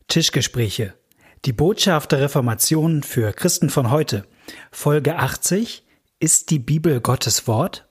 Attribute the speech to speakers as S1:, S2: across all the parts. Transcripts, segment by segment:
S1: Tischgespräche. Die Botschaft der Reformation für Christen von heute. Folge 80. Ist die Bibel Gottes Wort?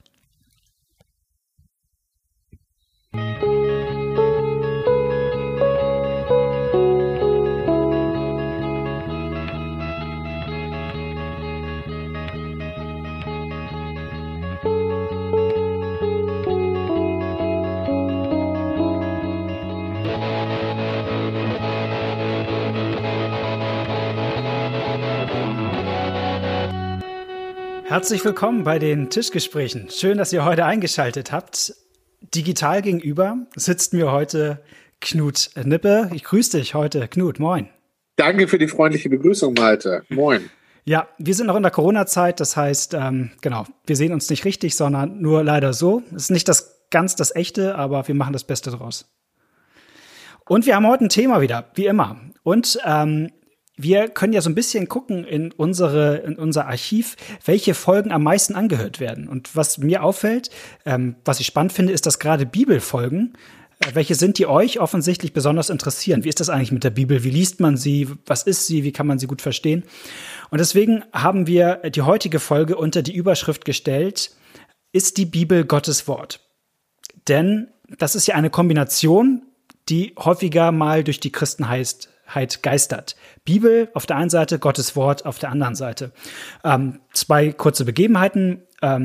S1: Herzlich willkommen bei den Tischgesprächen. Schön, dass ihr heute eingeschaltet habt. Digital gegenüber sitzt mir heute Knut Nippe. Ich grüße dich heute, Knut. Moin.
S2: Danke für die freundliche Begrüßung, Malte. Moin.
S1: Ja, wir sind noch in der Corona-Zeit. Das heißt, wir sehen uns nicht richtig, sondern nur leider so. Es ist nicht ganz das Echte, aber wir machen das Beste draus. Und wir haben heute ein Thema wieder, wie immer. Und wir können ja so ein bisschen gucken in unser Archiv, welche Folgen am meisten angehört werden. Und was mir auffällt, was ich spannend finde, ist, dass gerade Bibelfolgen, welche sind, die euch offensichtlich besonders interessieren. Wie ist das eigentlich mit der Bibel? Wie liest man sie? Was ist sie? Wie kann man sie gut verstehen? Und deswegen haben wir die heutige Folge unter die Überschrift gestellt: Ist die Bibel Gottes Wort? Denn das ist ja eine Kombination, die häufiger mal durch die Christenheit geistert. Bibel auf der einen Seite, Gottes Wort auf der anderen Seite. Zwei kurze Begebenheiten.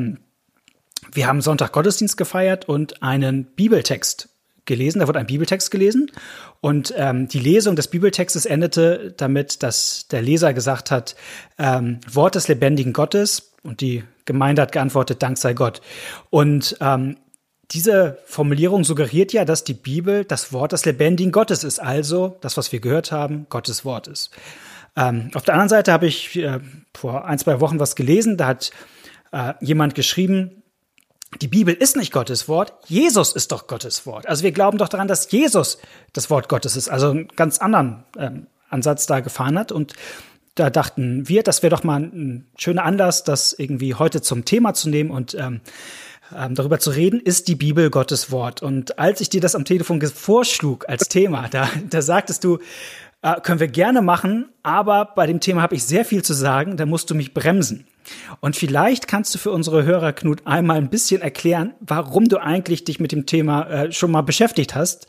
S1: Wir haben Sonntag Gottesdienst gefeiert und einen Bibeltext gelesen. Da wurde ein Bibeltext gelesen und die Lesung des Bibeltextes endete damit, dass der Leser gesagt hat, Wort des lebendigen Gottes, und die Gemeinde hat geantwortet, Dank sei Gott. Und diese Formulierung suggeriert ja, dass die Bibel das Wort des lebendigen Gottes ist, also das, was wir gehört haben, Gottes Wort ist. Auf der anderen Seite habe ich vor 1-2 Wochen was gelesen, da hat jemand geschrieben, die Bibel ist nicht Gottes Wort, Jesus ist doch Gottes Wort. Also wir glauben doch daran, dass Jesus das Wort Gottes ist, also einen ganz anderen Ansatz da gefahren hat. Und da dachten wir, das wäre doch mal ein schöner Anlass, das irgendwie heute zum Thema zu nehmen und darüber zu reden, ist die Bibel Gottes Wort. Und als ich dir das am Telefon vorschlug als Thema, da sagtest du, können wir gerne machen, aber bei dem Thema habe ich sehr viel zu sagen, da musst du mich bremsen. Und vielleicht kannst du für unsere Hörer, Knut, einmal ein bisschen erklären, warum du eigentlich dich mit dem Thema schon mal beschäftigt hast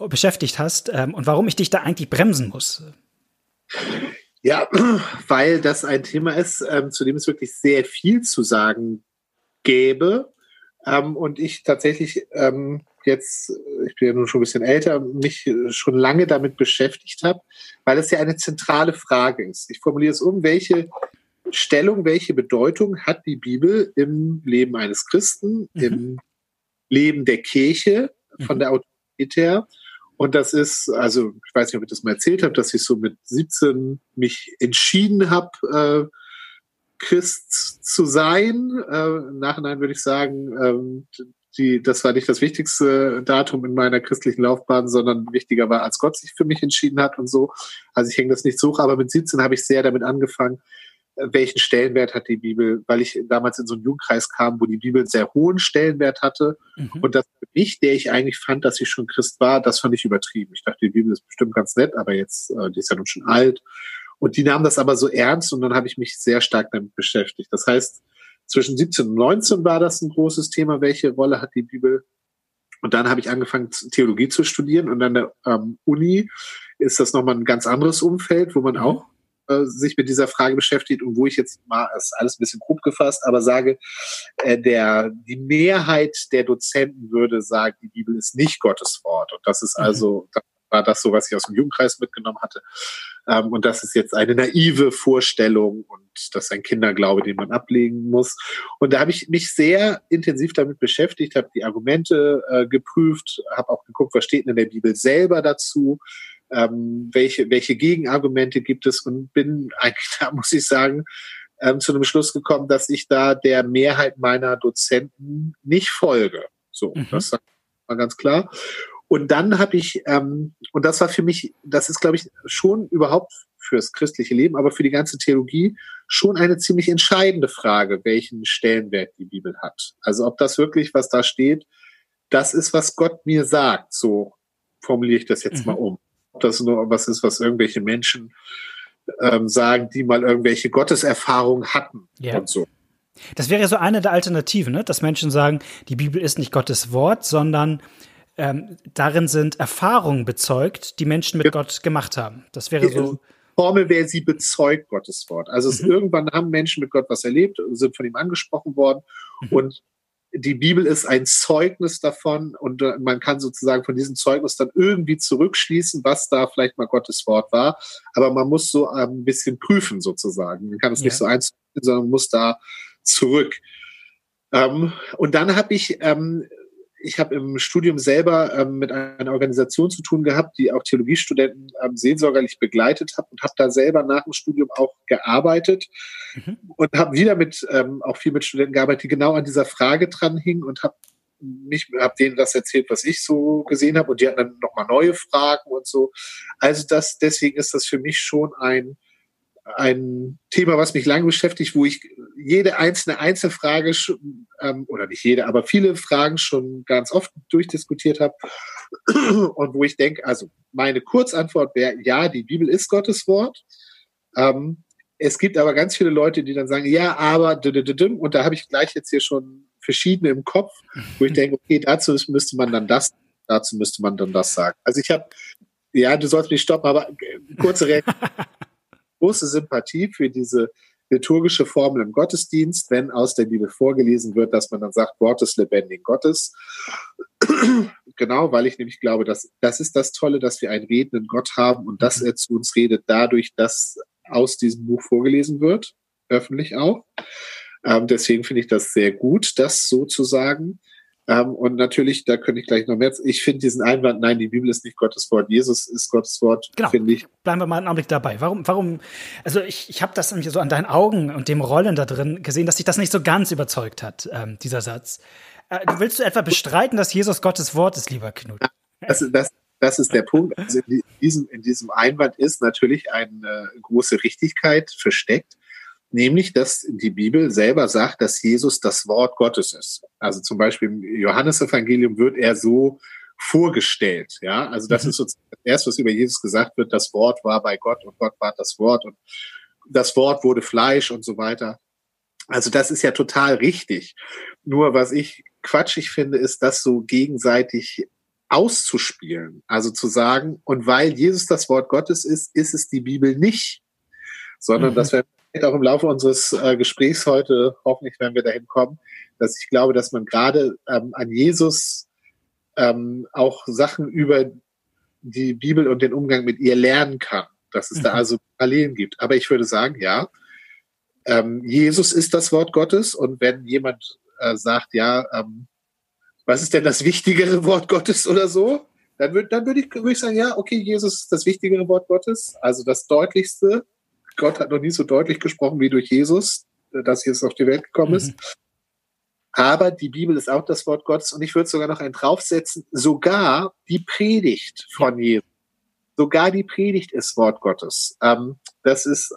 S1: und warum ich dich da eigentlich bremsen muss.
S2: Ja, weil das ein Thema ist, zu dem es wirklich sehr viel zu sagen gäbe. Und ich tatsächlich jetzt, ich bin ja nun schon ein bisschen älter, mich schon lange damit beschäftigt habe, weil es ja eine zentrale Frage ist. Ich formuliere es um: Welche Stellung, welche Bedeutung hat die Bibel im Leben eines Christen, im Leben der Kirche, von der Autorität her? Und das ist, also ich weiß nicht, ob ich das mal erzählt habe, dass ich so mit 17 mich entschieden habe, Christ zu sein. Im Nachhinein würde ich sagen, das war nicht das wichtigste Datum in meiner christlichen Laufbahn, sondern wichtiger war, als Gott sich für mich entschieden hat und so. Also ich hänge das nicht so hoch, aber mit 17 habe ich sehr damit angefangen, welchen Stellenwert hat die Bibel, weil ich damals in so einen Jugendkreis kam, wo die Bibel einen sehr hohen Stellenwert hatte. Und das für mich, der ich eigentlich fand, dass ich schon Christ war, das fand ich übertrieben. Ich dachte, die Bibel ist bestimmt ganz nett, aber jetzt, die ist ja nun schon alt. Und die nahmen das aber so ernst und dann habe ich mich sehr stark damit beschäftigt. Das heißt, zwischen 17 und 19 war das ein großes Thema, welche Rolle hat die Bibel? Und dann habe ich angefangen, Theologie zu studieren, und an der Uni ist das nochmal ein ganz anderes Umfeld, wo man auch sich mit dieser Frage beschäftigt und wo ich jetzt mal, das ist alles ein bisschen grob gefasst, aber sage, die Mehrheit der Dozenten würde sagen, die Bibel ist nicht Gottes Wort. Und das ist also, war das so, was ich aus dem Jugendkreis mitgenommen hatte. Und das ist jetzt eine naive Vorstellung und das ist ein Kinderglaube, den man ablegen muss. Und da habe ich mich sehr intensiv damit beschäftigt, habe die Argumente geprüft, habe auch geguckt, was steht denn in der Bibel selber dazu, welche Gegenargumente gibt es, und bin eigentlich, da muss ich sagen, zu einem Schluss gekommen, dass ich da der Mehrheit meiner Dozenten nicht folge. So, das war ganz klar. Und dann habe ich, und das war für mich, das ist, glaube ich, schon überhaupt fürs christliche Leben, aber für die ganze Theologie schon eine ziemlich entscheidende Frage, welchen Stellenwert die Bibel hat. Also ob das wirklich, was da steht, das ist, was Gott mir sagt. So formuliere ich das jetzt mal um. das nur was ist, was irgendwelche Menschen sagen, die mal irgendwelche Gotteserfahrungen hatten und so.
S1: Das wäre so eine der Alternativen, ne? Dass Menschen sagen, die Bibel ist nicht Gottes Wort, sondern darin sind Erfahrungen bezeugt, die Menschen mit Gott gemacht haben. Das wäre so.
S2: Formel wäre, sie bezeugt Gottes Wort. Also irgendwann haben Menschen mit Gott was erlebt, sind von ihm angesprochen worden und die Bibel ist ein Zeugnis davon und man kann sozusagen von diesem Zeugnis dann irgendwie zurückschließen, was da vielleicht mal Gottes Wort war. Aber man muss so ein bisschen prüfen sozusagen. Man kann es nicht so eins, sondern man muss da zurück. Und dann habe ich im Studium selber mit einer Organisation zu tun gehabt, die auch Theologiestudenten seelsorgerlich begleitet hat und habe da selber nach dem Studium auch gearbeitet und habe wieder auch viel mit Studenten gearbeitet, die genau an dieser Frage dran hingen und habe denen das erzählt, was ich so gesehen habe und die hatten dann nochmal neue Fragen und so. Also deswegen ist das für mich schon ein Thema, was mich lange beschäftigt, wo ich jede Einzelfrage, oder nicht jede, aber viele Fragen schon ganz oft durchdiskutiert habe und wo ich denke, also meine Kurzantwort wäre, ja, die Bibel ist Gottes Wort. Es gibt aber ganz viele Leute, die dann sagen, ja, aber und da habe ich gleich jetzt hier schon verschiedene im Kopf, wo ich denke, okay, dazu müsste man dann das sagen. Also du sollst mich stoppen, aber kurze Reaktion. Große Sympathie für diese liturgische Formel im Gottesdienst, wenn aus der Bibel vorgelesen wird, dass man dann sagt, Wort des lebendigen Gottes. Genau, weil ich nämlich glaube, dass das ist das Tolle, dass wir einen redenden Gott haben und dass er zu uns redet dadurch, dass aus diesem Buch vorgelesen wird, öffentlich auch. Deswegen finde ich das sehr gut, das so zu sagen. Und natürlich, da könnte ich gleich noch mehr. Ich finde diesen Einwand, nein, die Bibel ist nicht Gottes Wort, Jesus ist Gottes Wort, finde ich.
S1: Bleiben wir mal einen Augenblick dabei. Warum, also ich habe das nämlich so an deinen Augen und dem Rollen da drin gesehen, dass sich das nicht so ganz überzeugt hat, dieser Satz. Willst du etwa bestreiten, dass Jesus Gottes Wort ist, lieber Knut?
S2: Das ist der Punkt. Also in diesem Einwand ist natürlich eine große Richtigkeit versteckt. Nämlich, dass die Bibel selber sagt, dass Jesus das Wort Gottes ist. Also zum Beispiel im Johannesevangelium wird er so vorgestellt. Ja, also das ist sozusagen das Erste, was über Jesus gesagt wird. Das Wort war bei Gott und Gott war das Wort und das Wort wurde Fleisch und so weiter. Also das ist ja total richtig. Nur was ich quatschig finde, ist, das so gegenseitig auszuspielen. Also zu sagen, und weil Jesus das Wort Gottes ist, ist es die Bibel nicht. Sondern dass wir auch im Laufe unseres Gesprächs heute, hoffentlich werden wir dahin kommen, dass ich glaube, dass man gerade an Jesus auch Sachen über die Bibel und den Umgang mit ihr lernen kann, dass es da also Parallelen gibt. Aber ich würde sagen, ja, Jesus ist das Wort Gottes und wenn jemand sagt, ja, was ist denn das wichtigere Wort Gottes oder so, dann würde ich sagen, ja, okay, Jesus ist das wichtigere Wort Gottes, also das deutlichste. Gott hat noch nie so deutlich gesprochen wie durch Jesus, dass Jesus auf die Welt gekommen ist. Aber die Bibel ist auch das Wort Gottes und ich würde sogar noch einen draufsetzen, sogar die Predigt von Jesus. Sogar die Predigt ist Wort Gottes. Das ist,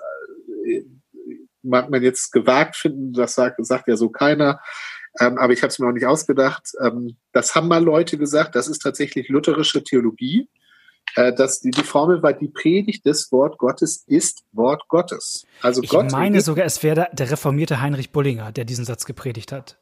S2: mag man jetzt gewagt finden, das sagt ja so keiner, aber ich habe es mir auch nicht ausgedacht. Das haben mal Leute gesagt, das ist tatsächlich lutherische Theologie. Dass die Formel war, die Predigt des Wort Gottes ist Wort Gottes. Also
S1: ich meine sogar, es wäre der reformierte Heinrich Bullinger, der diesen Satz geprägt hat.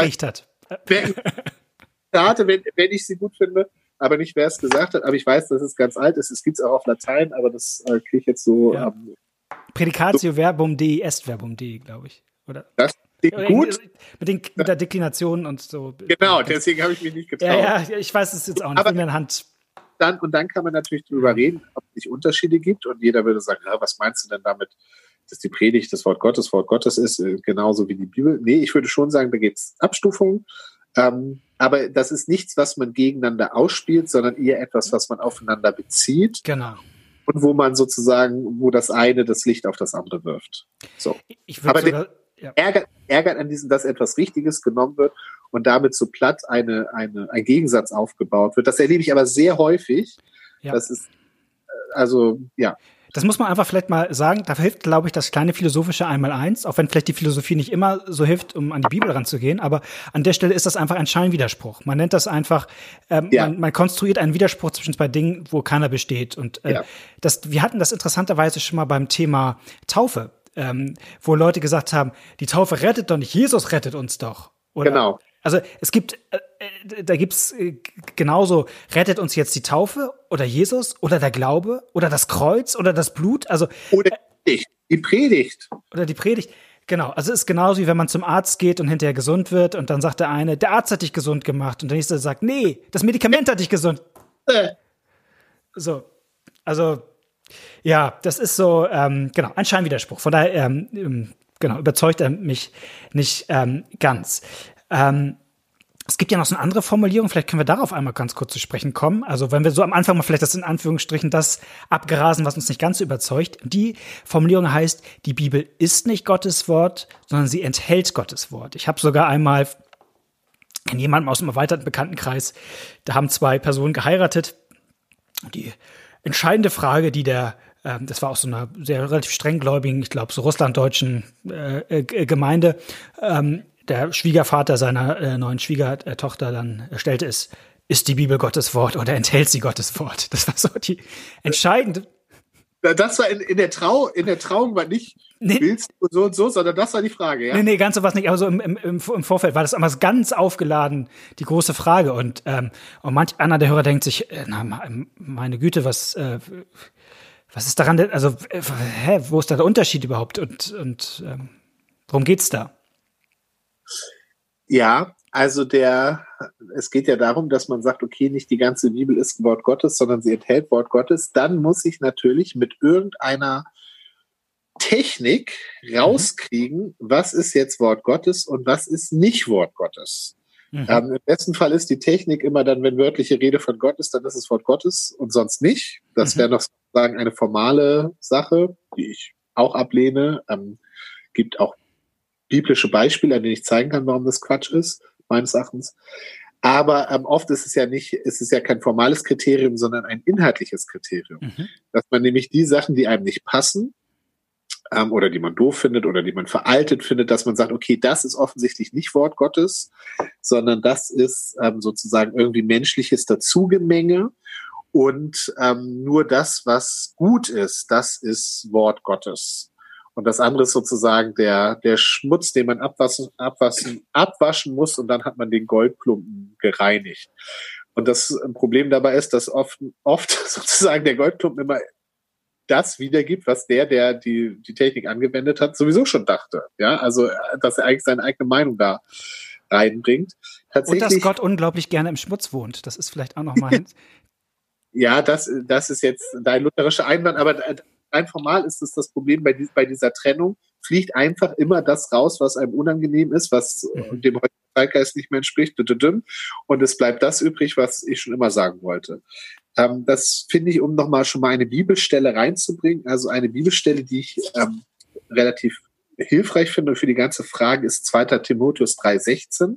S2: Wenn ich sie gut finde, aber nicht, wer es gesagt hat. Aber ich weiß, dass es ganz alt ist. Es gibt es auch auf Latein, aber das kriege ich jetzt so. Ja.
S1: Predicatio verbum Dei est verbum Dei, glaube ich. Oder?
S2: Das klingt gut.
S1: Mit der Deklination und so.
S2: Genau, deswegen habe ich mich nicht getraut.
S1: Ja, ich weiß es jetzt auch nicht.
S2: Aber
S1: in der Hand.
S2: Und dann kann man natürlich darüber reden, ob es nicht Unterschiede gibt. Und jeder würde sagen, ja, was meinst du denn damit, dass die Predigt das Wort Gottes ist, genauso wie die Bibel? Nee, ich würde schon sagen, da gibt es Abstufungen. Aber das ist nichts, was man gegeneinander ausspielt, sondern eher etwas, was man aufeinander bezieht.
S1: Genau.
S2: Und wo man sozusagen, wo das eine das Licht auf das andere wirft. So. Aber Ärgert an diesem, dass etwas Richtiges genommen wird und damit so platt ein Gegensatz aufgebaut wird. Das erlebe ich aber sehr häufig. Ja. Das ist, also, ja.
S1: Das muss man einfach vielleicht mal sagen. Da hilft, glaube ich, das kleine philosophische Einmaleins, auch wenn vielleicht die Philosophie nicht immer so hilft, um an die Bibel ranzugehen. Aber an der Stelle ist das einfach ein Scheinwiderspruch. Man nennt das einfach, man konstruiert einen Widerspruch zwischen zwei Dingen, wo keiner besteht. Und wir hatten das interessanterweise schon mal beim Thema Taufe, wo Leute gesagt haben, die Taufe rettet doch nicht, Jesus rettet uns doch. Oder,
S2: genau.
S1: Also es gibt, da gibt's genauso, rettet uns jetzt die Taufe oder Jesus oder der Glaube oder das Kreuz oder das Blut, also
S2: oder die Predigt.
S1: Oder die Predigt, genau. Also es ist genauso wie wenn man zum Arzt geht und hinterher gesund wird und dann sagt der eine, der Arzt hat dich gesund gemacht und der nächste sagt, nee, das Medikament hat dich gesund. So, also ja, das ist so, genau, ein Scheinwiderspruch. Von daher, genau, überzeugt er mich nicht ganz. Es gibt ja noch so eine andere Formulierung, vielleicht können wir darauf einmal ganz kurz zu sprechen kommen. Also wenn wir so am Anfang mal vielleicht das in Anführungsstrichen das abgrasen, was uns nicht ganz so überzeugt. Die Formulierung heißt, die Bibel ist nicht Gottes Wort, sondern sie enthält Gottes Wort. Ich habe sogar einmal in jemandem aus dem erweiterten Bekanntenkreis, da haben zwei Personen geheiratet. Die entscheidende Frage, die das war auch so eine sehr relativ strenggläubigen, ich glaube so russlanddeutschen Gemeinde, der Schwiegervater seiner neuen Schwiegertochter dann stellte ist die Bibel Gottes Wort oder enthält sie Gottes Wort? Das war so die entscheidende.
S2: Das war in der Trauung war nicht willst du so und so, sondern das war die Frage, ja?
S1: Nee, ganz so was nicht, aber so im Vorfeld war das immer ganz aufgeladen, die große Frage. Und manch einer der Hörer denkt sich, meine Güte, was ist daran denn, also, wo ist da der Unterschied überhaupt? Und worum geht's da?
S2: Ja, also es geht ja darum, dass man sagt, okay, nicht die ganze Bibel ist Wort Gottes, sondern sie enthält Wort Gottes. Dann muss ich natürlich mit irgendeiner Technik rauskriegen, was ist jetzt Wort Gottes und was ist nicht Wort Gottes. Im besten Fall ist die Technik immer dann, wenn wörtliche Rede von Gott ist, dann ist es Wort Gottes und sonst nicht. Das wäre noch sozusagen eine formale Sache, die ich auch ablehne. Gibt auch biblische Beispiele, an denen ich zeigen kann, warum das Quatsch ist, meines Erachtens. Aber oft ist es ja kein formales Kriterium, sondern ein inhaltliches Kriterium. Dass man nämlich die Sachen, die einem nicht passen, oder die man doof findet oder die man veraltet findet, dass man sagt, okay, das ist offensichtlich nicht Wort Gottes, sondern das ist sozusagen irgendwie menschliches Dazugemenge und nur das, was gut ist, das ist Wort Gottes. Und das andere ist sozusagen der Schmutz, den man abwaschen muss und dann hat man den Goldklumpen gereinigt. Und das Problem dabei ist, dass oft sozusagen der Goldklumpen immer das wiedergibt, was der die Technik angewendet hat, sowieso schon dachte. Ja, also, dass er eigentlich seine eigene Meinung da reinbringt.
S1: Und dass Gott unglaublich gerne im Schmutz wohnt. Das ist vielleicht auch nochmal.
S2: Ja, das ist jetzt dein lutherischer Einwand, aber rein formal ist es das Problem bei dieser Trennung, fliegt einfach immer das raus, was einem unangenehm ist, was dem heutigen Zeitgeist nicht mehr entspricht, und es bleibt das übrig, was ich schon immer sagen wollte. Das finde ich, um nochmal schon mal eine Bibelstelle reinzubringen, also eine Bibelstelle, die ich relativ hilfreich finde und für die ganze Frage ist 2. Timotheus 3,16.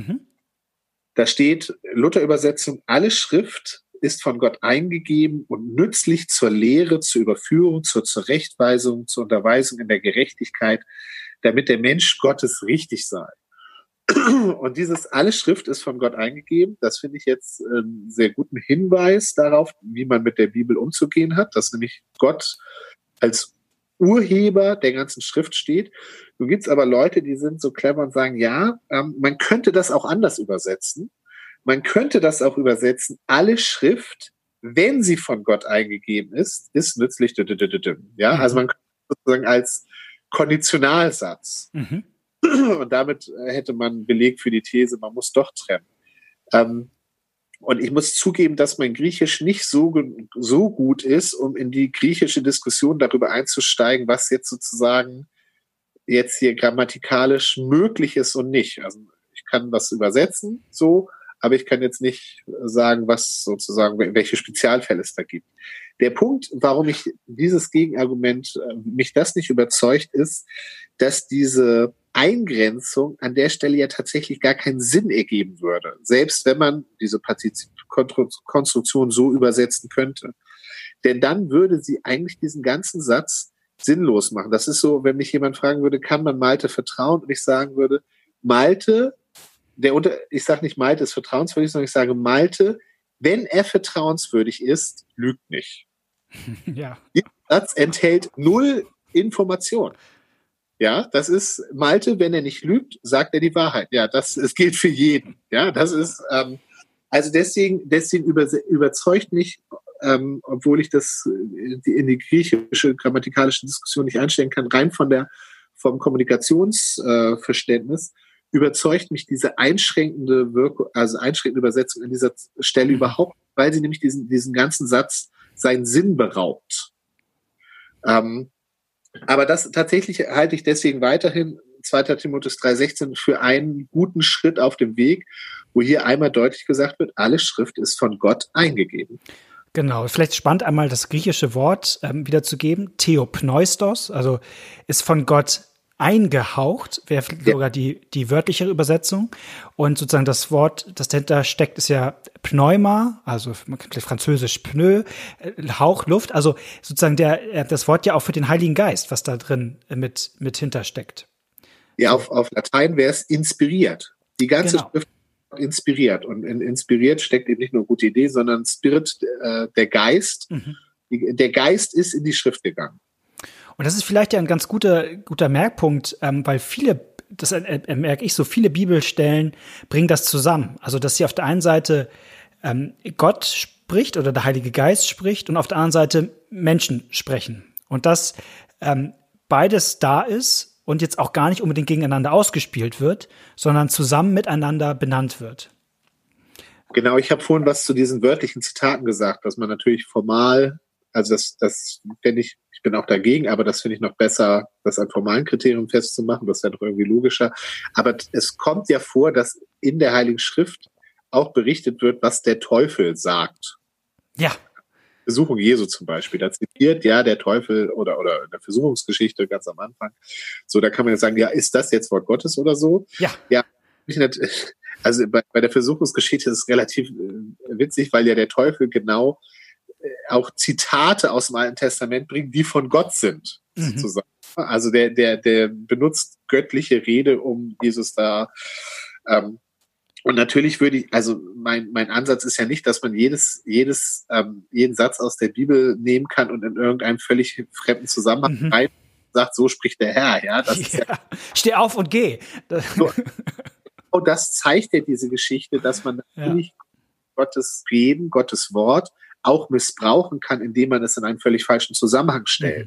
S2: Da steht, Luther-Übersetzung, alle Schrift ist von Gott eingegeben und nützlich zur Lehre, zur Überführung, zur Zurechtweisung, zur Unterweisung in der Gerechtigkeit, damit der Mensch Gottes richtig sei. Und dieses alle Schrift ist von Gott eingegeben, das finde ich jetzt einen sehr guten Hinweis darauf, wie man mit der Bibel umzugehen hat, dass nämlich Gott als Urheber der ganzen Schrift steht. Nun gibt es aber Leute, die sind so clever und sagen, ja, man könnte das auch anders übersetzen. Man könnte das auch übersetzen, alle Schrift, wenn sie von Gott eingegeben ist nützlich. Ja, also man könnte sozusagen als Konditionalsatz. Und damit hätte man Beleg für die These, man muss doch trennen. Und ich muss zugeben, dass mein Griechisch nicht so gut ist, um in die griechische Diskussion darüber einzusteigen, was jetzt sozusagen jetzt hier grammatikalisch möglich ist und nicht. Also ich kann was übersetzen, so, aber ich kann jetzt nicht sagen, was sozusagen, welche Spezialfälle es da gibt. Der Punkt, warum ich dieses Gegenargument, mich das nicht überzeugt, ist, dass diese Eingrenzung an der Stelle ja tatsächlich gar keinen Sinn ergeben würde. Selbst wenn man diese Partizipkonstruktion so übersetzen könnte. Denn dann würde sie eigentlich diesen ganzen Satz sinnlos machen. Das ist so, wenn mich jemand fragen würde, kann man Malte vertrauen? Und ich sagen würde, Malte, ich sage nicht, Malte ist vertrauenswürdig, sondern ich sage, Malte, wenn er vertrauenswürdig ist, lügt nicht.
S1: Ja.
S2: Dieser Satz enthält 0 Information. Ja, das ist Malte, wenn er nicht lügt, sagt er die Wahrheit. Ja, es gilt für jeden. Ja, das ist, also deswegen überzeugt mich, obwohl ich das in die griechische grammatikalische Diskussion nicht einstellen kann, rein vom Kommunikationsverständnis, überzeugt mich diese einschränkende Übersetzung an dieser Stelle überhaupt, weil sie nämlich diesen ganzen Satz seinen Sinn beraubt. Aber das tatsächlich halte ich deswegen weiterhin 2. Timotheus 3,16 für einen guten Schritt auf dem Weg, wo hier einmal deutlich gesagt wird, alle Schrift ist von Gott eingegeben.
S1: Genau, vielleicht spannend einmal das griechische Wort wiederzugeben, Theopneustos, also ist von Gott eingehaucht, wäre sogar die wörtlichere Übersetzung. Und sozusagen das Wort, das dahinter steckt, ist ja Pneuma, also man kann französisch Pneu, Hauch, Luft, also sozusagen das Wort ja auch für den Heiligen Geist, was da drin mit hintersteckt.
S2: Ja, auf Latein wäre es inspiriert. Die ganze Schrift inspiriert. Und in inspiriert steckt eben nicht nur gute Idee, sondern Spirit, der Geist. Mhm. Der Geist ist in die Schrift gegangen.
S1: Und das ist vielleicht ja ein ganz guter Merkpunkt, weil das merke ich so, viele Bibelstellen bringen das zusammen. Also, dass sie auf der einen Seite Gott spricht oder der Heilige Geist spricht und auf der anderen Seite Menschen sprechen. Und dass beides da ist und jetzt auch gar nicht unbedingt gegeneinander ausgespielt wird, sondern zusammen miteinander benannt wird.
S2: Genau, ich habe vorhin was zu diesen wörtlichen Zitaten gesagt, dass man natürlich formal, also das finde ich bin auch dagegen, aber das finde ich noch besser, das an formalen Kriterien festzumachen, das ist ja doch irgendwie logischer. Aber es kommt ja vor, dass in der Heiligen Schrift auch berichtet wird, was der Teufel sagt.
S1: Ja.
S2: Versuchung Jesu zum Beispiel, da zitiert ja der Teufel oder in der Versuchungsgeschichte ganz am Anfang. So, da kann man jetzt sagen, ja, ist das jetzt Wort Gottes oder so?
S1: Ja.
S2: Ja, also bei der Versuchungsgeschichte ist es relativ witzig, weil ja der Teufel genau auch Zitate aus dem Alten Testament bringen, die von Gott sind, sozusagen. Also der benutzt göttliche Rede, um Jesus da und natürlich mein Ansatz ist ja nicht, dass man jeden Satz aus der Bibel nehmen kann und in irgendeinem völlig fremden Zusammenhang rein sagt, so spricht der Herr. Ja, das ist ja
S1: steh auf und geh.
S2: Und das zeigt ja diese Geschichte, dass man natürlich Gottes Reden, Gottes Wort auch missbrauchen kann, indem man es in einen völlig falschen Zusammenhang stellt.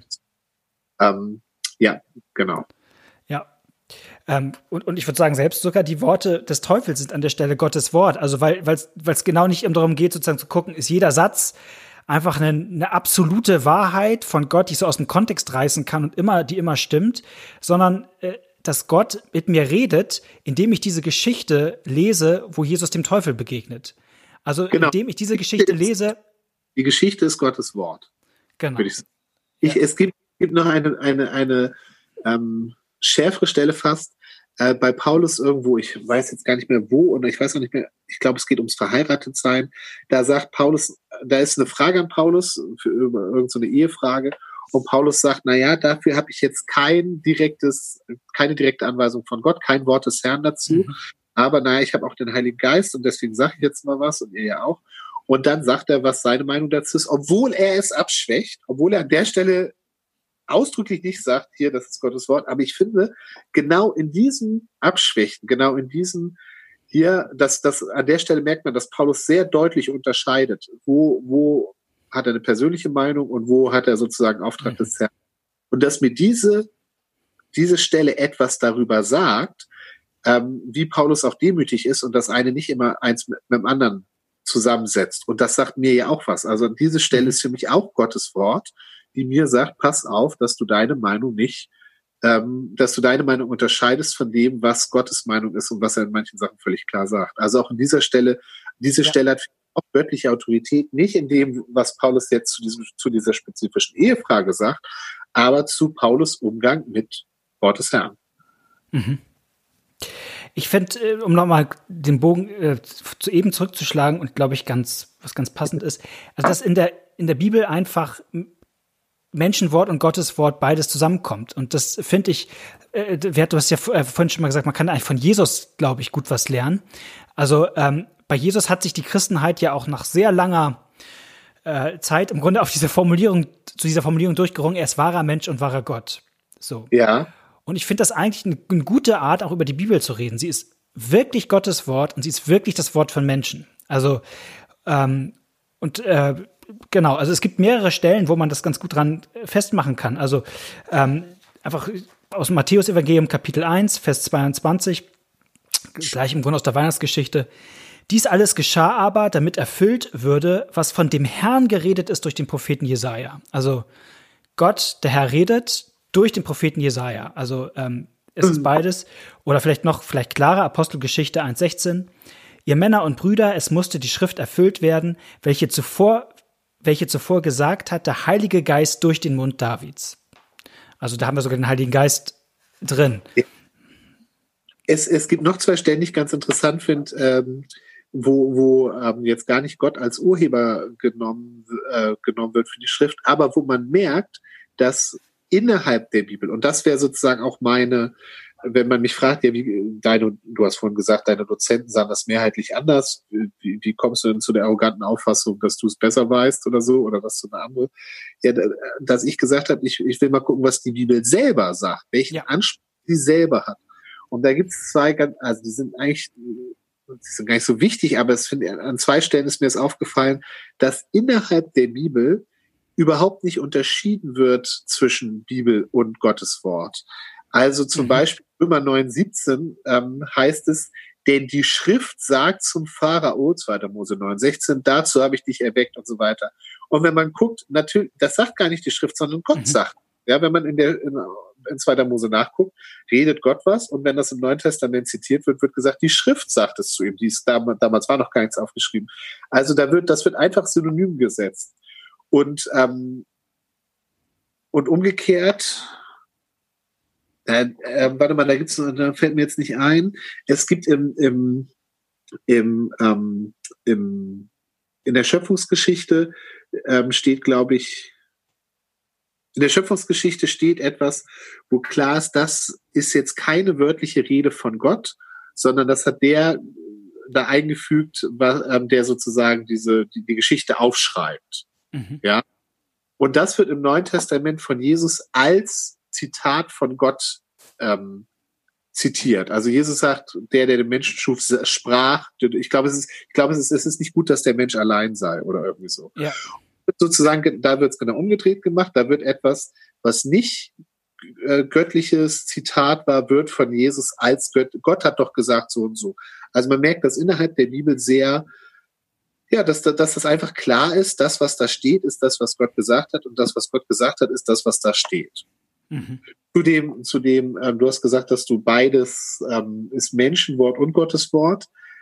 S2: Ja, genau.
S1: Ja. Und ich würde sagen, selbst sogar die Worte des Teufels sind an der Stelle Gottes Wort. Also weil es genau nicht darum geht, sozusagen zu gucken, ist jeder Satz einfach eine absolute Wahrheit von Gott, die ich so aus dem Kontext reißen kann und die immer stimmt, sondern dass Gott mit mir redet, indem ich diese Geschichte lese, wo Jesus dem Teufel begegnet. Also indem ich diese Geschichte lese.
S2: Die Geschichte ist Gottes Wort.
S1: Genau.
S2: Würde ich sagen. Es gibt noch eine schärfere Stelle fast bei Paulus irgendwo, ich weiß jetzt gar nicht mehr wo und ich weiß auch nicht mehr, ich glaube, es geht ums Verheiratetsein. Da sagt Paulus, da ist eine Frage an Paulus über irgendeine Ehefrage und Paulus sagt, dafür habe ich jetzt keine direkte Anweisung von Gott, kein Wort des Herrn dazu, aber ich habe auch den Heiligen Geist und deswegen sage ich jetzt mal was und ihr ja auch. Und dann sagt er, was seine Meinung dazu ist, obwohl er es abschwächt, obwohl er an der Stelle ausdrücklich nicht sagt, hier, das ist Gottes Wort. Aber ich finde, genau in diesem Abschwächen, genau in diesem hier, dass an der Stelle merkt man, dass Paulus sehr deutlich unterscheidet, wo hat er eine persönliche Meinung und wo hat er sozusagen Auftrag des Herrn. Und dass mir diese Stelle etwas darüber sagt, wie Paulus auch demütig ist und das eine nicht immer eins mit dem anderen zusammensetzt. Und das sagt mir ja auch was. Also diese Stelle ist für mich auch Gottes Wort, die mir sagt, pass auf, dass du deine Meinung unterscheidest von dem, was Gottes Meinung ist und was er in manchen Sachen völlig klar sagt. Also auch in dieser Stelle, Stelle hat auch göttliche Autorität, nicht in dem, was Paulus jetzt zu dieser spezifischen Ehefrage sagt, aber zu Paulus Umgang mit Wort des Herrn.
S1: Mhm. Ich finde, um nochmal den Bogen zu eben zurückzuschlagen und glaube ich was ganz passend ist, also dass in der Bibel einfach Menschenwort und Gotteswort beides zusammenkommt. Und das finde ich, du hast ja vorhin schon mal gesagt, man kann eigentlich von Jesus, glaube ich, gut was lernen. Also bei Jesus hat sich die Christenheit ja auch nach sehr langer Zeit im Grunde zu dieser Formulierung durchgerungen, er ist wahrer Mensch und wahrer Gott. So.
S2: Ja.
S1: Und ich finde das eigentlich eine gute Art, auch über die Bibel zu reden. Sie ist wirklich Gottes Wort und sie ist wirklich das Wort von Menschen. Also genau, also es gibt mehrere Stellen, wo man das ganz gut dran festmachen kann. Also einfach aus dem Matthäus-Evangelium Kapitel 1, Vers 22, gleich im Grunde aus der Weihnachtsgeschichte. Dies alles geschah aber, damit erfüllt würde, was von dem Herrn geredet ist durch den Propheten Jesaja. Also Gott, der Herr, redet durch den Propheten Jesaja. Also es ist beides. Oder vielleicht klarer, Apostelgeschichte 1,16. Ihr Männer und Brüder, es musste die Schrift erfüllt werden, welche zuvor gesagt hat, der Heilige Geist durch den Mund Davids. Also da haben wir sogar den Heiligen Geist drin.
S2: Es gibt noch 2 Stellen, die ich ganz interessant finde, wo jetzt gar nicht Gott als Urheber genommen wird für die Schrift, aber wo man merkt, dass innerhalb der Bibel, und das wäre sozusagen auch meine, wenn man mich fragt, ja, du hast vorhin gesagt, deine Dozenten sahen das mehrheitlich anders. Wie kommst du denn zu der arroganten Auffassung, dass du es besser weißt oder so, oder was so eine andere? Ja, dass ich gesagt habe, ich will mal gucken, was die Bibel selber sagt, welchen Anspruch sie selber hat. Und da gibt es 2 die sind gar nicht so wichtig, aber an 2 Stellen ist mir es aufgefallen, dass innerhalb der Bibel überhaupt nicht unterschieden wird zwischen Bibel und Gottes Wort. Also zum Beispiel Römer 9,17 heißt es, denn die Schrift sagt zum Pharao, 2. Mose 9,16, dazu habe ich dich erweckt und so weiter. Und wenn man guckt, natürlich, das sagt gar nicht die Schrift, sondern Gott sagt. Ja, wenn man in 2. Mose nachguckt, redet Gott was, und wenn das im Neuen Testament zitiert wird, wird gesagt, die Schrift sagt es zu ihm. Damals war noch gar nichts aufgeschrieben. Also das wird einfach synonym gesetzt. Und umgekehrt, warte mal, da fällt mir jetzt nicht ein. Es gibt in der Schöpfungsgeschichte steht, glaube ich, in der Schöpfungsgeschichte steht etwas, wo klar ist, das ist jetzt keine wörtliche Rede von Gott, sondern das hat der da eingefügt, der sozusagen die Geschichte aufschreibt. Ja. Und das wird im Neuen Testament von Jesus als Zitat von Gott zitiert. Also Jesus sagt, der den Menschen schuf, sprach. Ich glaube, es ist nicht gut, dass der Mensch allein sei oder irgendwie so. Ja. Sozusagen, da wird es genau umgedreht gemacht. Da wird etwas, was nicht göttliches Zitat war, wird von Jesus als Gott hat doch gesagt so und so. Also man merkt, dass innerhalb der Bibel sehr, ja, dass das einfach klar ist, das, was da steht, ist das, was Gott gesagt hat, und das, was Gott gesagt hat, ist das, was da steht. Zudem, du hast gesagt, dass du beides ist Menschenwort und Gottes Wort.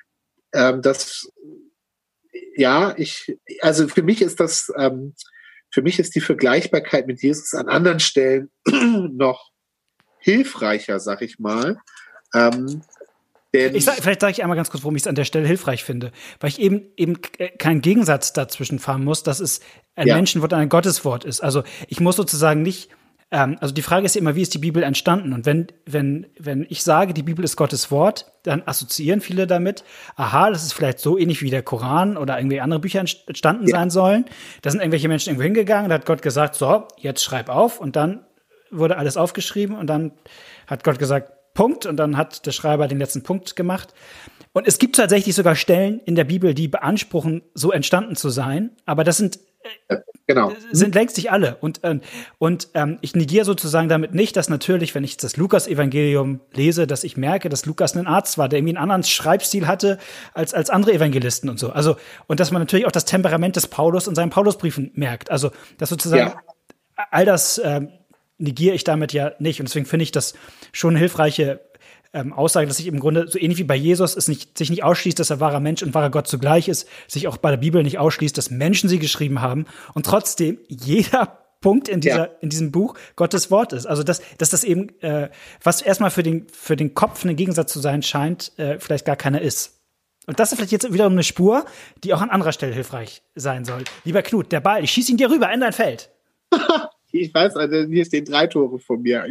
S2: Also für mich ist die Vergleichbarkeit mit Jesus an anderen Stellen noch hilfreicher, sag ich mal.
S1: Vielleicht sage ich einmal ganz kurz, warum ich es an der Stelle hilfreich finde. Weil ich eben keinen Gegensatz dazwischen fahren muss, dass es ein Menschenwort und ein Gotteswort ist. Also ich muss sozusagen nicht, also die Frage ist ja immer, wie ist die Bibel entstanden? Und wenn ich sage, die Bibel ist Gottes Wort, dann assoziieren viele damit, aha, das ist vielleicht so ähnlich wie der Koran oder irgendwie andere Bücher entstanden sein sollen. Da sind irgendwelche Menschen irgendwo hingegangen, da hat Gott gesagt, so, jetzt schreib auf, und dann wurde alles aufgeschrieben und dann hat Gott gesagt, Punkt, und dann hat der Schreiber den letzten Punkt gemacht. Und es gibt tatsächlich sogar Stellen in der Bibel, die beanspruchen, so entstanden zu sein, aber das sind längst nicht alle. Und ich negiere sozusagen damit nicht, dass natürlich, wenn ich das Lukas-Evangelium lese, dass ich merke, dass Lukas ein Arzt war, der irgendwie einen anderen Schreibstil hatte als andere Evangelisten und so. Also, und dass man natürlich auch das Temperament des Paulus in seinen Paulusbriefen merkt. Also, dass sozusagen all das negiere ich damit ja nicht. Und deswegen finde ich das schon eine hilfreiche Aussage, dass sich im Grunde so ähnlich wie bei Jesus sich nicht ausschließt, dass er wahrer Mensch und wahrer Gott zugleich ist, sich auch bei der Bibel nicht ausschließt, dass Menschen sie geschrieben haben und trotzdem jeder Punkt in diesem Buch Gottes Wort ist. Also dass das eben, was erstmal für den Kopf ein Gegensatz zu sein scheint, vielleicht gar keiner ist. Und das ist vielleicht jetzt wiederum eine Spur, die auch an anderer Stelle hilfreich sein soll. Lieber Knut, der Ball, ich schieße ihn dir rüber in dein Feld.
S2: Ich weiß, also hier stehen 3 Tore von mir.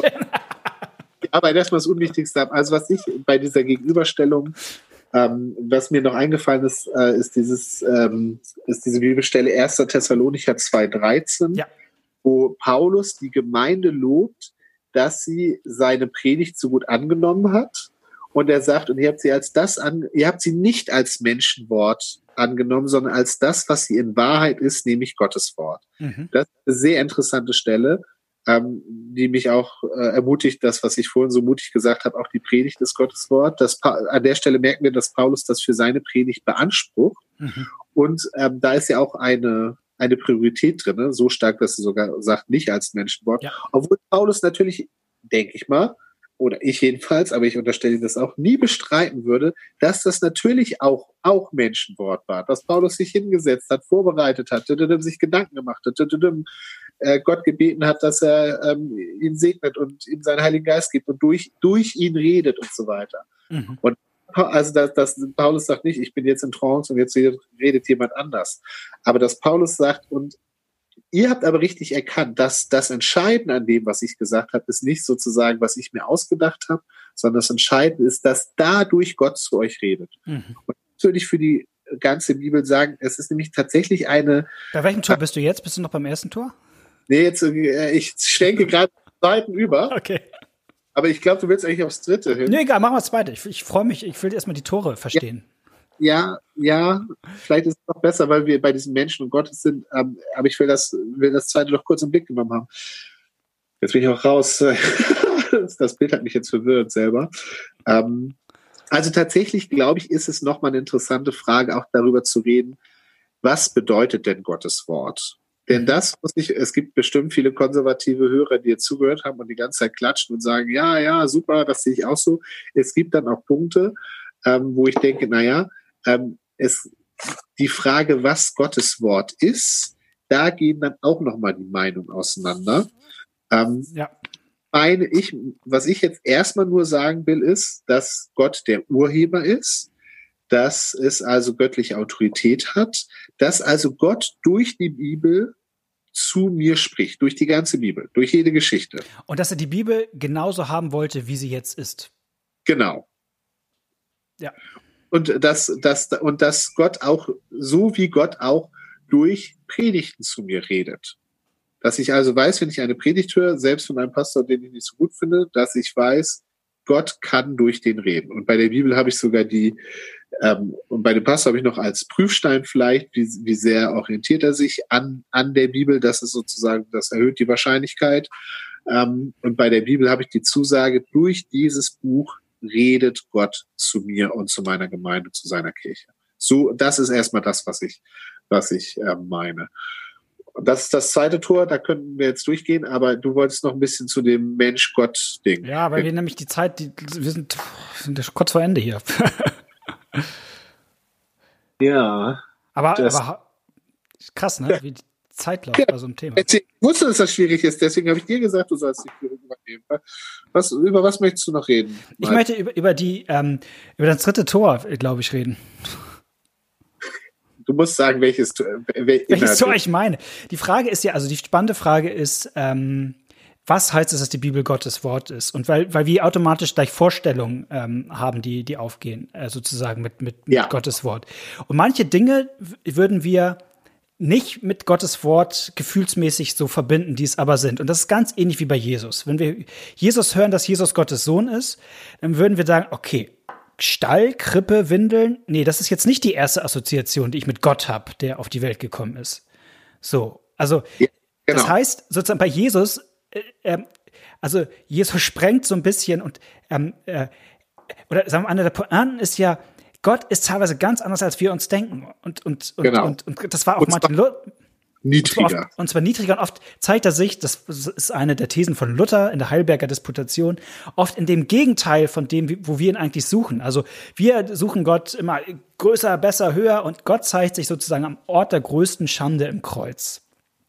S2: Aber erstmal das Unwichtigste ab. Also was ich bei dieser Gegenüberstellung, was mir noch eingefallen ist, ist diese Bibelstelle 1. Thessalonicher 2,13, wo Paulus die Gemeinde lobt, dass sie seine Predigt so gut angenommen hat. Und er sagt, und ihr habt sie nicht als Menschenwort angenommen, sondern als das, was sie in Wahrheit ist, nämlich Gottes Wort. Mhm. Das ist eine sehr interessante Stelle, die mich auch ermutigt, das, was ich vorhin so mutig gesagt habe, auch die Predigt ist Gottes Wort. An der Stelle merken wir, dass Paulus das für seine Predigt beansprucht. Mhm. Und da ist ja auch eine Priorität drin, so stark, dass er sogar sagt, nicht als Menschenwort. Ja. Obwohl Paulus natürlich, denke ich mal, oder ich jedenfalls, aber ich unterstelle das auch, nie bestreiten würde, dass das natürlich auch Menschenwort war, dass Paulus sich hingesetzt hat, vorbereitet hat, sich Gedanken gemacht hat, Gott gebeten hat, dass er ihn segnet und ihm seinen Heiligen Geist gibt und durch ihn redet und so weiter. Mhm. Und also Paulus sagt nicht, ich bin jetzt in Trance und jetzt redet jemand anders. Aber dass Paulus sagt, und ihr habt aber richtig erkannt, dass das Entscheidende an dem, was ich gesagt habe, ist nicht sozusagen, was ich mir ausgedacht habe, sondern das Entscheidende ist, dass dadurch Gott zu euch redet. Mhm. Und das würde ich für die ganze Bibel sagen, es ist nämlich tatsächlich eine...
S1: Bei welchem Tor bist du jetzt? Bist du noch beim ersten Tor?
S2: Nee, ich schwenke gerade Seiten über.
S1: Okay.
S2: Aber ich glaube, du willst eigentlich aufs dritte hin.
S1: Nee, egal, machen wir das zweite. Ich freue mich, ich will erstmal die Tore verstehen.
S2: Ja, vielleicht ist es noch besser, weil wir bei diesen Menschen und Gottes sind, aber ich will das zweite noch kurz im Blick genommen haben. Jetzt bin ich auch raus. Das Bild hat mich jetzt verwirrt selber. Also tatsächlich, glaube ich, ist es nochmal eine interessante Frage, auch darüber zu reden, was bedeutet denn Gottes Wort? Denn es gibt bestimmt viele konservative Hörer, die jetzt zugehört haben und die ganze Zeit klatschen und sagen, ja, super, das sehe ich auch so. Es gibt dann auch Punkte, wo ich denke, die Frage, was Gottes Wort ist, da gehen dann auch nochmal die Meinungen auseinander. Was ich jetzt erstmal nur sagen will, ist, dass Gott der Urheber ist, dass es also göttliche Autorität hat, dass also Gott durch die Bibel zu mir spricht, durch die ganze Bibel, durch jede Geschichte.
S1: Und dass er die Bibel genauso haben wollte, wie sie jetzt ist.
S2: Genau.
S1: Ja.
S2: Und dass Gott auch, so wie Gott auch durch Predigten zu mir redet. Dass ich also weiß, wenn ich eine Predigt höre, selbst von einem Pastor, den ich nicht so gut finde, dass ich weiß, Gott kann durch den reden. Und bei der Bibel habe ich sogar und bei dem Pastor habe ich noch als Prüfstein vielleicht, wie sehr orientiert er sich an der Bibel, das ist sozusagen, das erhöht die Wahrscheinlichkeit. Und bei der Bibel habe ich die Zusage, durch dieses Buch redet Gott zu mir und zu meiner Gemeinde, zu seiner Kirche. So, das ist erstmal das, was ich meine. Und das ist das zweite Tor, da könnten wir jetzt durchgehen, aber du wolltest noch ein bisschen zu dem Mensch-Gott-Ding.
S1: Ja, weil wir nämlich die Zeit, wir sind kurz vor Ende hier.
S2: Ja.
S1: Aber krass, ne? Wie die Zeit läuft bei so einem Thema.
S2: Ich wusste, dass das schwierig ist, deswegen habe ich dir gesagt, du sollst die Führung übernehmen. Über was möchtest du noch reden?
S1: Ich möchte über das dritte Tor, glaube ich, reden.
S2: Du musst sagen, welches
S1: Tor ich meine. Die Frage ist ja, also die spannende Frage ist, was heißt es, dass die Bibel Gottes Wort ist? Und weil wir automatisch gleich Vorstellungen haben, die aufgehen, sozusagen mit Gottes Wort. Und manche Dinge würden wir nicht mit Gottes Wort gefühlsmäßig so verbinden, die es aber sind. Und das ist ganz ähnlich wie bei Jesus. Wenn wir Jesus hören, dass Jesus Gottes Sohn ist, dann würden wir sagen, okay, Stall, Krippe, Windeln, nee, das ist jetzt nicht die erste Assoziation, die ich mit Gott habe, der auf die Welt gekommen ist. So, also ja, genau. Das heißt, sozusagen bei Jesus, also Jesus sprengt so ein bisschen und oder sagen wir, einer der Pointen ist ja, Gott ist teilweise ganz anders, als wir uns denken. Und das war auch Martin Luther.
S2: Niedriger.
S1: Und zwar niedriger, und oft zeigt er sich, das ist eine der Thesen von Luther in der Heidelberger Disputation, oft in dem Gegenteil von dem, wo wir ihn eigentlich suchen. Also wir suchen Gott immer größer, besser, höher, und Gott zeigt sich sozusagen am Ort der größten Schande im Kreuz.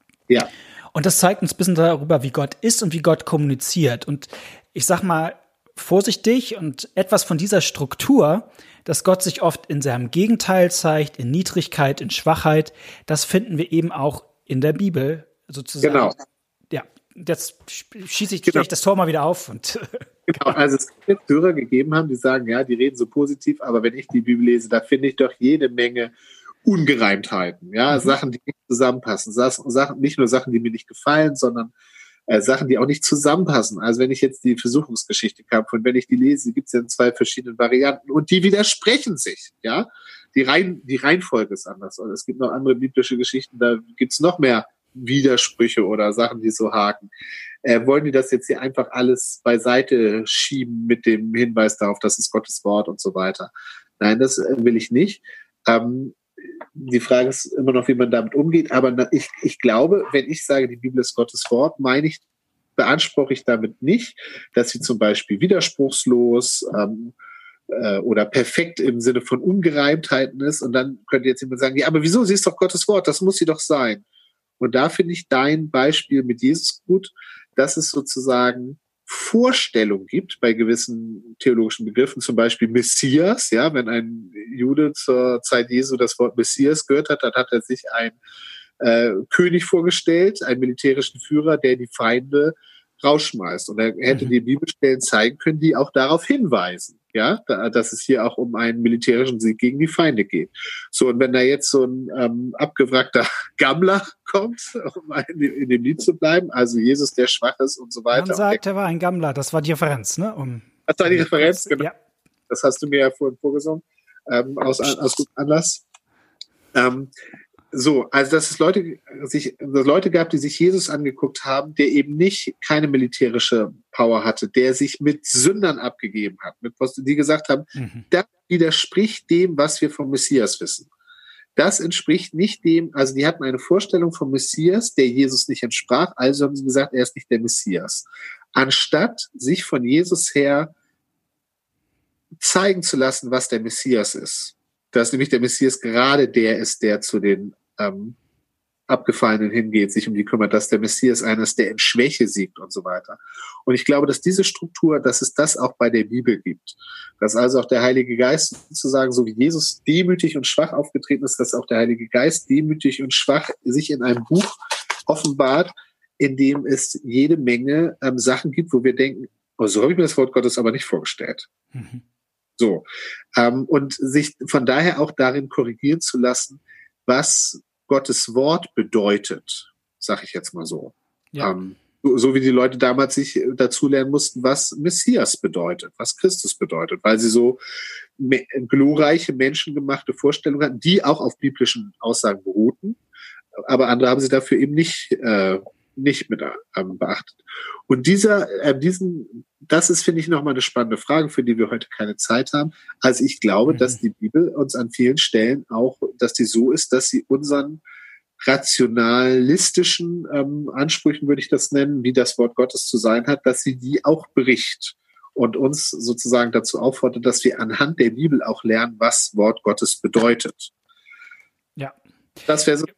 S2: Ja.
S1: Und das zeigt uns ein bisschen darüber, wie Gott ist und wie Gott kommuniziert. Und ich sag mal, vorsichtig und etwas von dieser Struktur, dass Gott sich oft in seinem Gegenteil zeigt, in Niedrigkeit, in Schwachheit, das finden wir eben auch in der Bibel sozusagen.
S2: Genau.
S1: Ja, jetzt stelle ich das Tor mal wieder auf. Und
S2: genau, also es gibt jetzt Hörer gegeben haben, die sagen, ja, die reden so positiv, aber wenn ich die Bibel lese, da finde ich doch jede Menge Ungereimtheiten, ja, Sachen, die nicht zusammenpassen, Sachen, nicht nur Sachen, die mir nicht gefallen, sondern Sachen, die auch nicht zusammenpassen. Also wenn ich jetzt die Versuchungsgeschichte habe und wenn ich die lese, gibt es ja in 2 verschiedenen Varianten und die widersprechen sich, ja. Die Reihenfolge ist anders. Und es gibt noch andere biblische Geschichten, da gibt es noch mehr Widersprüche oder Sachen, die so haken. Wollen die das jetzt hier einfach alles beiseite schieben mit dem Hinweis darauf, das ist Gottes Wort und so weiter? Nein, das will ich nicht. Die Frage ist immer noch, wie man damit umgeht. Aber ich glaube, wenn ich sage, die Bibel ist Gottes Wort, beanspruche ich damit nicht, dass sie zum Beispiel widerspruchslos oder perfekt im Sinne von Ungereimtheiten ist. Und dann könnte jetzt jemand sagen, ja, aber wieso? Sie ist doch Gottes Wort, das muss sie doch sein. Und da finde ich dein Beispiel mit Jesus gut, dass es sozusagen Vorstellung gibt bei gewissen theologischen Begriffen, zum Beispiel Messias. Ja, wenn ein Jude zur Zeit Jesu das Wort Messias gehört hat, dann hat er sich einen König vorgestellt, einen militärischen Führer, der die Feinde rausschmeißt. Und er hätte die Bibelstellen zeigen können, die auch darauf hinweisen, ja, dass es hier auch um einen militärischen Sieg gegen die Feinde geht. So, und wenn da jetzt so ein abgewrackter Gammler kommt, um in dem Lied zu bleiben, also Jesus, der schwach ist und so weiter.
S1: Man sagt, er war ein Gammler, das war die Referenz, ne?
S2: Das war die Referenz, genau.
S1: Ja.
S2: Das hast du mir ja vorhin vorgesungen, aus gutem Anlass. So, also dass es Leute gab, die sich Jesus angeguckt haben, der eben keine militärische Power hatte, der sich mit Sündern abgegeben hat, die gesagt haben, das widerspricht dem, was wir vom Messias wissen. Das entspricht nicht dem, also die hatten eine Vorstellung vom Messias, der Jesus nicht entsprach, also haben sie gesagt, er ist nicht der Messias. Anstatt sich von Jesus her zeigen zu lassen, was der Messias ist. Dass nämlich der Messias gerade der ist, der zu den Abgefallenen hingeht, sich um die kümmert, dass der Messias einer ist, der in Schwäche siegt und so weiter. Und ich glaube, dass diese Struktur, dass es das auch bei der Bibel gibt. Dass also auch der Heilige Geist sozusagen, so wie Jesus demütig und schwach aufgetreten ist, dass auch der Heilige Geist demütig und schwach sich in einem Buch offenbart, in dem es jede Menge Sachen gibt, wo wir denken, oh, so habe ich mir das Wort Gottes aber nicht vorgestellt. So. Und sich von daher auch darin korrigieren zu lassen, was Gottes Wort bedeutet, sag ich jetzt mal so. Ja. So wie die Leute damals sich dazu lernen mussten, was Messias bedeutet, was Christus bedeutet, weil sie so glorreiche, menschengemachte Vorstellungen hatten, die auch auf biblischen Aussagen beruhten, aber andere haben sie dafür eben nicht mit beachtet. Und das ist, finde ich, nochmal eine spannende Frage, für die wir heute keine Zeit haben. Also ich glaube, dass die Bibel uns an vielen Stellen auch, dass die so ist, dass sie unseren rationalistischen Ansprüchen, würde ich das nennen, wie das Wort Gottes zu sein hat, dass sie die auch bricht und uns sozusagen dazu auffordert, dass wir anhand der Bibel auch lernen, was Wort Gottes bedeutet.
S1: Ja.
S2: Das wäre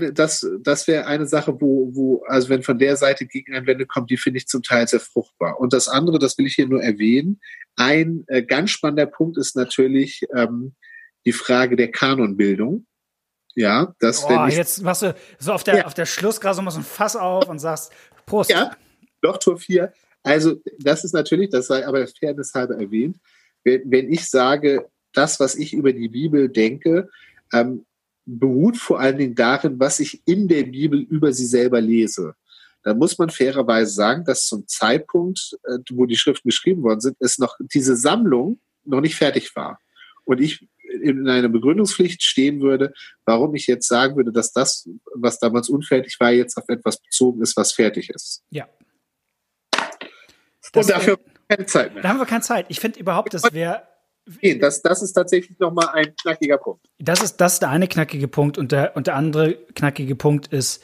S2: eine Sache, wo, also wenn von der Seite Gegeneinwände kommt, die finde ich zum Teil sehr fruchtbar. Und das andere, das will ich hier nur erwähnen, ein ganz spannender Punkt ist natürlich die Frage der Kanonbildung. Ja,
S1: jetzt machst du so auf der Schlussgrase mal so ein Fass auf und sagst, Prost.
S2: Ja, doch, Tor 4. Also das ist natürlich, das sei aber Fairness halber erwähnt, wenn ich sage, das, was ich über die Bibel denke, beruht vor allen Dingen darin, was ich in der Bibel über sie selber lese. Da muss man fairerweise sagen, dass zum Zeitpunkt, wo die Schriften geschrieben worden sind, es noch diese Sammlung noch nicht fertig war. Und ich in einer Begründungspflicht stehen würde, warum ich jetzt sagen würde, dass das, was damals unfertig war, jetzt auf etwas bezogen ist, was fertig ist.
S1: Ja.
S2: Und dafür haben wir keine Zeit mehr.
S1: Da haben wir keine Zeit. Ich finde überhaupt, das wäre...
S2: Das ist tatsächlich nochmal ein knackiger Punkt.
S1: Das ist der eine knackige Punkt und der andere knackige Punkt ist,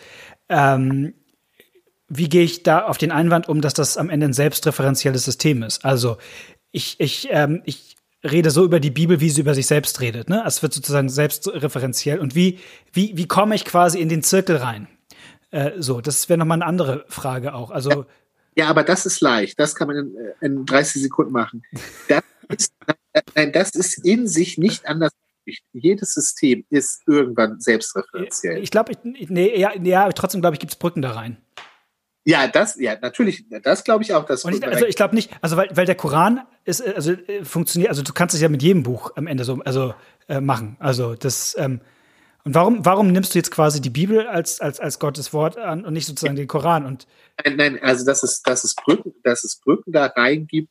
S1: wie gehe ich da auf den Einwand um, dass das am Ende ein selbstreferenzielles System ist? Also ich rede so über die Bibel, wie sie über sich selbst redet. Ne? Es wird sozusagen selbstreferenziell. Und wie komme ich quasi in den Zirkel rein? Das wäre nochmal eine andere Frage auch. Also
S2: Ja, aber das ist leicht. Das kann man in 30 Sekunden machen. Das ist in sich nicht anders. Jedes System ist irgendwann selbstreferenziell.
S1: Ich glaube, trotzdem glaube ich, gibt es Brücken da rein.
S2: Ja, natürlich, das glaube ich auch.
S1: Ich glaube nicht, also weil der Koran ist, funktioniert, also du kannst es ja mit jedem Buch am Ende so, machen. Also das, und warum nimmst du jetzt quasi die Bibel als Gottes Wort an und nicht sozusagen den Koran? Und
S2: nein, also dass es Brücken da reingibt,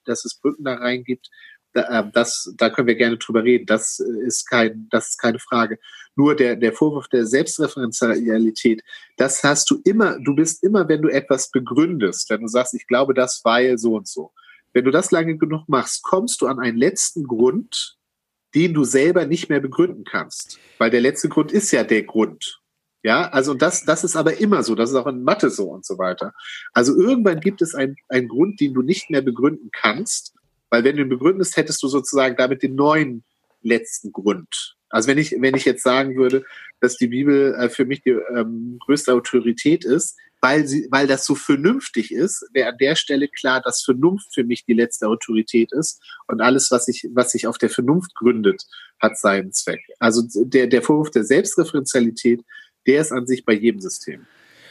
S2: da können wir gerne drüber reden. Das ist keine Frage. Nur der Vorwurf der Selbstreferenzialität, das hast du immer, du bist immer, wenn du etwas begründest, wenn du sagst, ich glaube das, weil so und so. Wenn du das lange genug machst, kommst du an einen letzten Grund, den du selber nicht mehr begründen kannst. Weil der letzte Grund ist ja der Grund. Ja, also das ist aber immer so, das ist auch in Mathe so und so weiter. Also irgendwann gibt es einen Grund, den du nicht mehr begründen kannst, weil wenn du ihn begründest, hättest du sozusagen damit den neuen letzten Grund. Also wenn ich jetzt sagen würde, dass die Bibel für mich die größte Autorität ist, weil das so vernünftig ist, wäre an der Stelle klar, dass Vernunft für mich die letzte Autorität ist und alles, was sich auf der Vernunft gründet, hat seinen Zweck. Also der Vorwurf der Selbstreferenzialität, der ist an sich bei jedem System.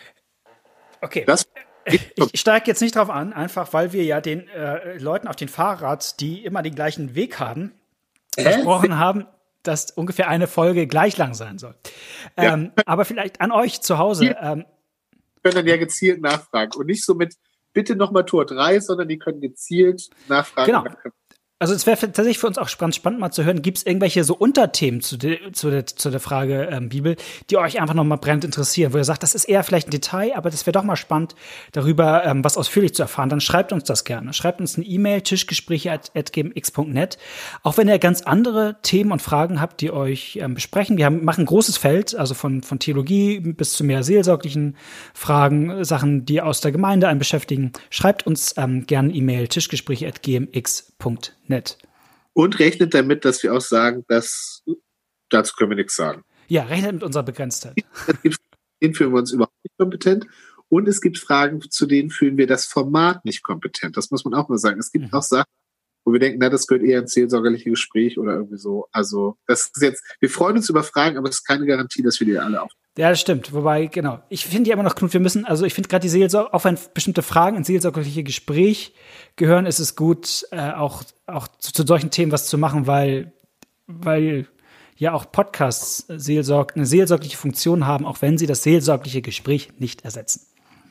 S1: Okay. Ich steige jetzt nicht drauf an, einfach weil wir ja den Leuten auf den Fahrrad, die immer den gleichen Weg haben, versprochen haben, dass ungefähr eine Folge gleich lang sein soll. Ja. Aber vielleicht an euch zu Hause.
S2: Die können dann ja gezielt nachfragen und nicht so mit bitte nochmal Tor 3, sondern die können gezielt nachfragen.
S1: Genau. Also es wäre tatsächlich für uns auch ganz spannend mal zu hören, gibt es irgendwelche so Unterthemen zu der Frage Bibel, die euch einfach nochmal brennend interessieren, wo ihr sagt, das ist eher vielleicht ein Detail, aber das wäre doch mal spannend, darüber was ausführlich zu erfahren. Dann schreibt uns das gerne. Schreibt uns eine E-Mail, tischgespräche@gmx.net. Auch wenn ihr ganz andere Themen und Fragen habt, die euch besprechen. Wir machen ein großes Feld, also von Theologie bis zu mehr seelsorglichen Fragen, Sachen, die aus der Gemeinde einen beschäftigen. Schreibt uns gerne E-Mail, tischgespräche@gmx.net.
S2: Und rechnet damit, dass wir auch sagen, dass dazu können wir nichts sagen.
S1: Ja, rechnet mit unserer Begrenztheit.
S2: Den fühlen wir uns überhaupt nicht kompetent. Und es gibt Fragen, zu denen fühlen wir das Format nicht kompetent. Das muss man auch mal sagen. Es gibt auch Sachen, wo wir denken, das gehört eher ins seelsorgerliche Gespräch oder irgendwie so. Also das ist jetzt, wir freuen uns über Fragen, aber es ist keine Garantie, dass wir die alle aufnehmen.
S1: Ja, das stimmt. Wobei, genau. Ich finde ja immer noch, Knut, ich finde gerade die Seelsorge, auch wenn bestimmte Fragen ins seelsorgerliche Gespräch gehören, ist es gut, auch zu solchen Themen was zu machen, weil ja auch Podcasts eine seelsorgliche Funktion haben, auch wenn sie das seelsorgliche Gespräch nicht ersetzen.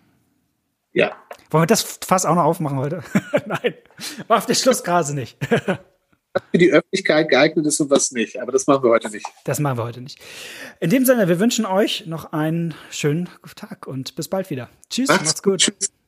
S2: Ja.
S1: Wollen wir das Fass auch noch aufmachen heute? Nein, war auf der Schlussgrase nicht.
S2: Was für die Öffentlichkeit geeignet ist und was nicht. Aber das machen wir heute nicht.
S1: In dem Sinne, wir wünschen euch noch einen schönen Tag und bis bald wieder. Tschüss, macht's gut. Tschüss.